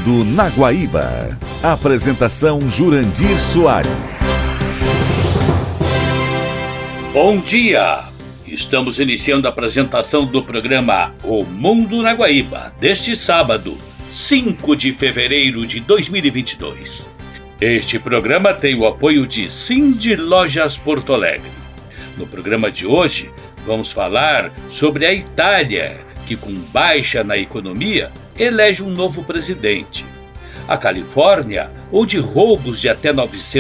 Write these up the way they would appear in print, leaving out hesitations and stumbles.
Mundo na Guaíba. Apresentação Jurandir Soares. Bom dia! Estamos iniciando a apresentação do programa O Mundo na Guaíba, deste sábado, 5 de fevereiro de 2022. Este programa tem o apoio de Cindy Lojas Porto Alegre. No programa de hoje, vamos falar sobre a Itália, que com baixa na economia, elege um novo presidente. A Califórnia, onde roubos de até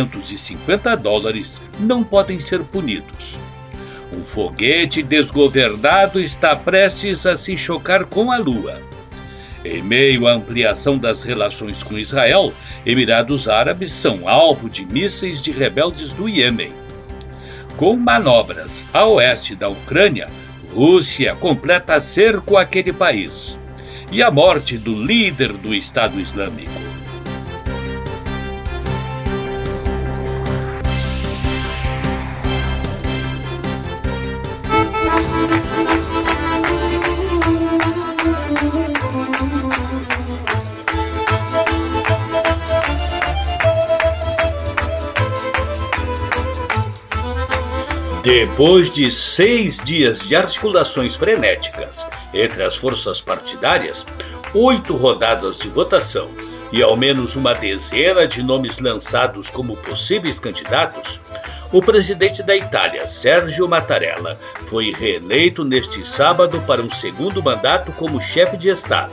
$950 não podem ser punidos. Um foguete desgovernado está prestes a se chocar com a Lua. Em meio à ampliação das relações com Israel, Emirados Árabes são alvo de mísseis de rebeldes do Iêmen. Com manobras a oeste da Ucrânia, Rússia completa cerco àquele país. E a morte do líder do Estado Islâmico. Depois de 6 dias de articulações frenéticas entre as forças partidárias, 8 rodadas de votação e ao menos uma dezena de nomes lançados como possíveis candidatos, o presidente da Itália, Sergio Mattarella, foi reeleito neste sábado para um segundo mandato como chefe de Estado.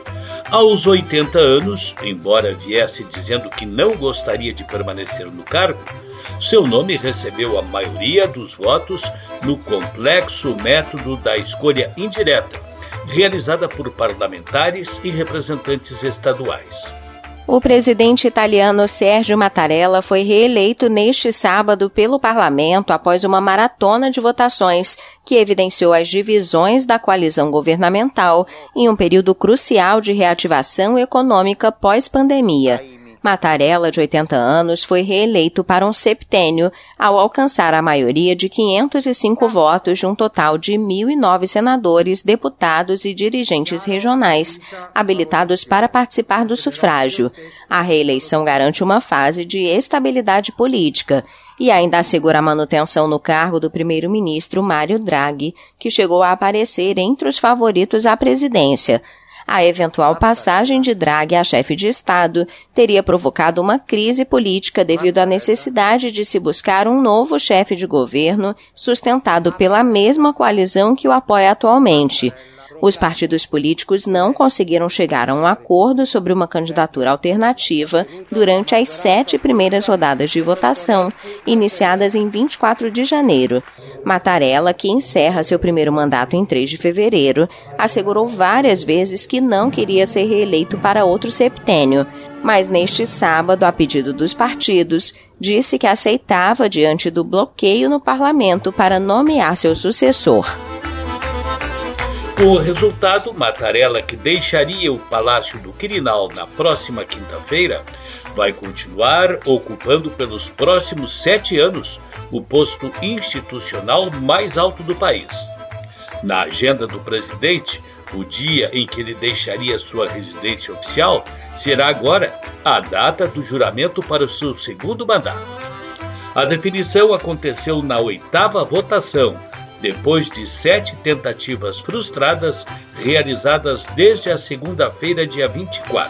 Aos 80 anos, embora viesse dizendo que não gostaria de permanecer no cargo, seu nome recebeu a maioria dos votos no complexo método da escolha indireta, realizada por parlamentares e representantes estaduais. O presidente italiano Sergio Mattarella foi reeleito neste sábado pelo parlamento após uma maratona de votações que evidenciou as divisões da coalizão governamental em um período crucial de reativação econômica pós-pandemia. Mattarella, de 80 anos, foi reeleito para um septênio ao alcançar a maioria de 505 votos de um total de 1.009 senadores, deputados e dirigentes regionais, habilitados para participar do sufrágio. A reeleição garante uma fase de estabilidade política e ainda assegura a manutenção no cargo do primeiro-ministro Mário Draghi, que chegou a aparecer entre os favoritos à presidência. A eventual passagem de Draghi a chefe de Estado teria provocado uma crise política devido à necessidade de se buscar um novo chefe de governo sustentado pela mesma coalizão que o apoia atualmente. Os partidos políticos não conseguiram chegar a um acordo sobre uma candidatura alternativa durante as 7 primeiras rodadas de votação, iniciadas em 24 de janeiro. Mattarella, que encerra seu primeiro mandato em 3 de fevereiro, assegurou várias vezes que não queria ser reeleito para outro septênio, mas neste sábado, a pedido dos partidos, disse que aceitava diante do bloqueio no parlamento para nomear seu sucessor. Com o resultado, Mattarella, que deixaria o Palácio do Quirinal na próxima quinta-feira, vai continuar ocupando pelos próximos 7 anos o posto institucional mais alto do país. Na agenda do presidente, o dia em que ele deixaria sua residência oficial será agora a data do juramento para o seu segundo mandato. A definição aconteceu na 8ª votação, depois de 7 tentativas frustradas realizadas desde a segunda-feira, dia 24.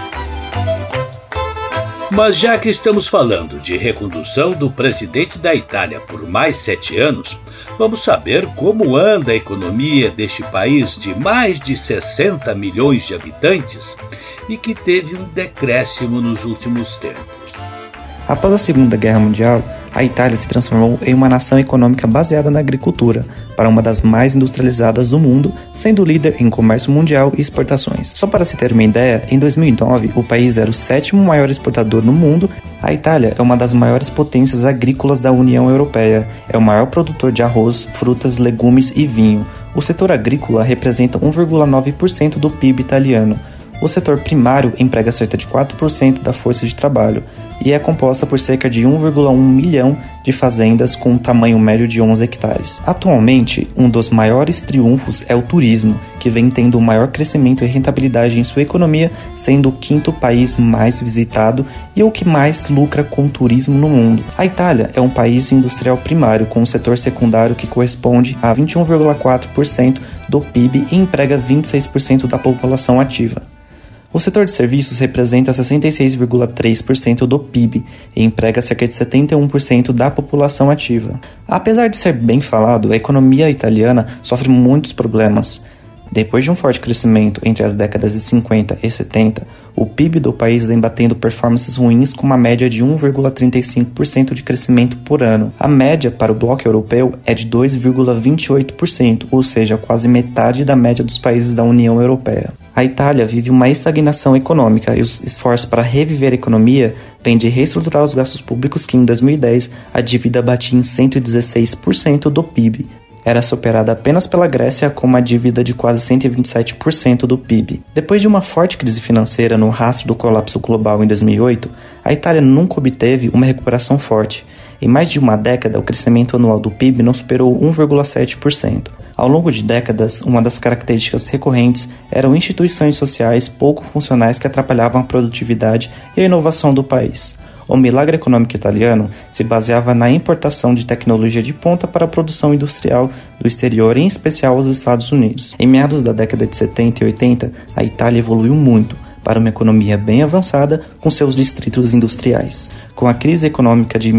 Mas já que estamos falando de recondução do presidente da Itália por mais 7 anos, vamos saber como anda a economia deste país de mais de 60 milhões de habitantes e que teve um decréscimo nos últimos tempos. Após a Segunda Guerra Mundial, a Itália se transformou em uma nação econômica baseada na agricultura, para uma das mais industrializadas do mundo, sendo líder em comércio mundial e exportações. Só para se ter uma ideia, em 2009, o país era o 7º maior exportador no mundo. A Itália é uma das maiores potências agrícolas da União Europeia, é o maior produtor de arroz, frutas, legumes e vinho. O setor agrícola representa 1,9% do PIB italiano. O setor primário emprega cerca de 4% da força de trabalho e é composta por cerca de 1,1 milhão de fazendas com um tamanho médio de 11 hectares. Atualmente, um dos maiores triunfos é o turismo, que vem tendo o maior crescimento e rentabilidade em sua economia, sendo o 5º país mais visitado e o que mais lucra com turismo no mundo. A Itália é um país industrial primário, com um setor secundário que corresponde a 21,4% do PIB e emprega 26% da população ativa. O setor de serviços representa 66,3% do PIB e emprega cerca de 71% da população ativa. Apesar de ser bem falado, a economia italiana sofre muitos problemas. Depois de um forte crescimento entre as décadas de 50 e 70, o PIB do país vem batendo performances ruins com uma média de 1,35% de crescimento por ano. A média para o bloco europeu é de 2,28%, ou seja, quase metade da média dos países da União Europeia. A Itália vive uma estagnação econômica e os esforços para reviver a economia vêm de reestruturar os gastos públicos que em 2010 a dívida batia em 116% do PIB. Era superada apenas pela Grécia com uma dívida de quase 127% do PIB. Depois de uma forte crise financeira no rastro do colapso global em 2008, a Itália nunca obteve uma recuperação forte. Em mais de uma década, o crescimento anual do PIB não superou 1,7%. Ao longo de décadas, uma das características recorrentes eram instituições sociais pouco funcionais que atrapalhavam a produtividade e a inovação do país. O milagre econômico italiano se baseava na importação de tecnologia de ponta para a produção industrial do exterior, em especial aos Estados Unidos. Em meados da década de 70 e 80, a Itália evoluiu muito para uma economia bem avançada com seus distritos industriais. Com a crise econômica de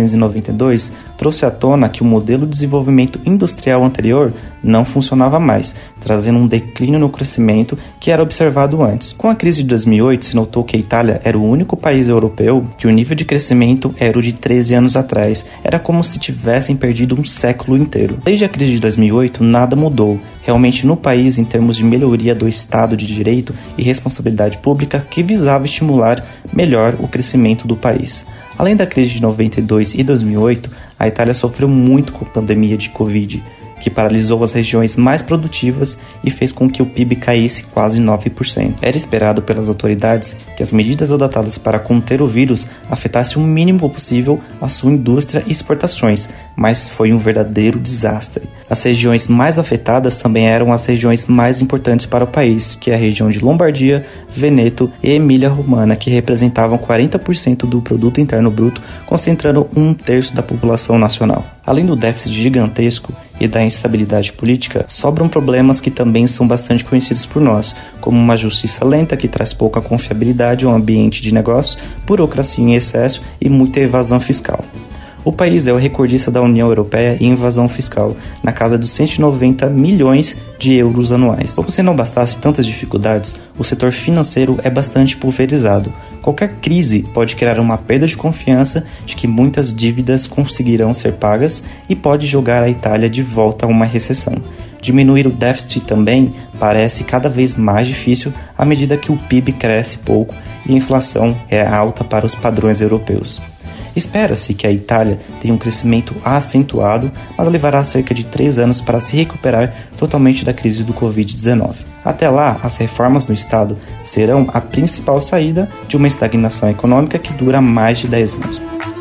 1992, trouxe à tona que o modelo de desenvolvimento industrial anterior não funcionava mais, trazendo um declínio no crescimento que era observado antes. Com a crise de 2008, se notou que a Itália era o único país europeu que o nível de crescimento era o de 13 anos atrás. Era como se tivessem perdido um século inteiro. Desde a crise de 2008, nada mudou. Realmente no país em termos de melhoria do Estado de Direito e responsabilidade pública que visava estimular melhor o crescimento do país. Além da crise de 92 e 2008, a Itália sofreu muito com a pandemia de Covid, que paralisou as regiões mais produtivas e fez com que o PIB caísse quase 9%. Era esperado pelas autoridades que as medidas adotadas para conter o vírus afetassem o mínimo possível a sua indústria e exportações, mas foi um verdadeiro desastre. As regiões mais afetadas também eram as regiões mais importantes para o país, que é a região de Lombardia, Vêneto e Emília-Romagna, que representavam 40% do produto interno bruto, concentrando 1/3 da população nacional. Além do déficit gigantesco e da instabilidade política, sobram problemas que também são bastante conhecidos por nós, como uma justiça lenta que traz pouca confiabilidade ao ambiente de negócios, burocracia em excesso e muita evasão fiscal. O país é o recordista da União Europeia em evasão fiscal, na casa dos 190 milhões de euros anuais. Como se não bastasse tantas dificuldades, o setor financeiro é bastante pulverizado. Qualquer crise pode criar uma perda de confiança de que muitas dívidas conseguirão ser pagas e pode jogar a Itália de volta a uma recessão. Diminuir o déficit também parece cada vez mais difícil à medida que o PIB cresce pouco e a inflação é alta para os padrões europeus. Espera-se que a Itália tenha um crescimento acentuado, mas levará cerca de 3 anos para se recuperar totalmente da crise do Covid-19. Até lá, as reformas no Estado serão a principal saída de uma estagnação econômica que dura mais de 10 anos.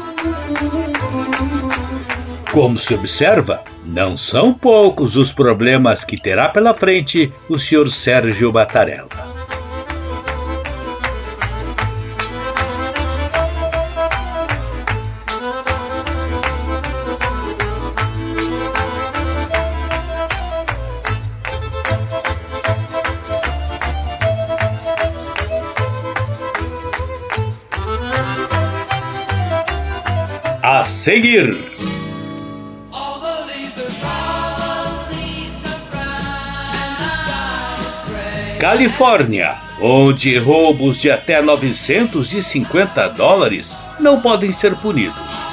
Como se observa, não são poucos os problemas que terá pela frente o Sr. Sérgio Mattarella. A seguir, Califórnia, onde roubos de até $950 não podem ser punidos.